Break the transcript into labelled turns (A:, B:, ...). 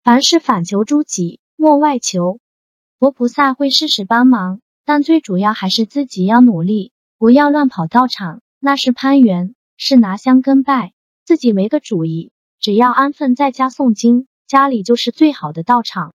A: 凡事反求诸己，莫外求。佛菩萨会适时帮忙，但最主要还是自己要努力，不要乱跑道场，那是攀缘，是拿香跟拜。自己没个主意，只要安分在家诵经，家里就是最好的道场。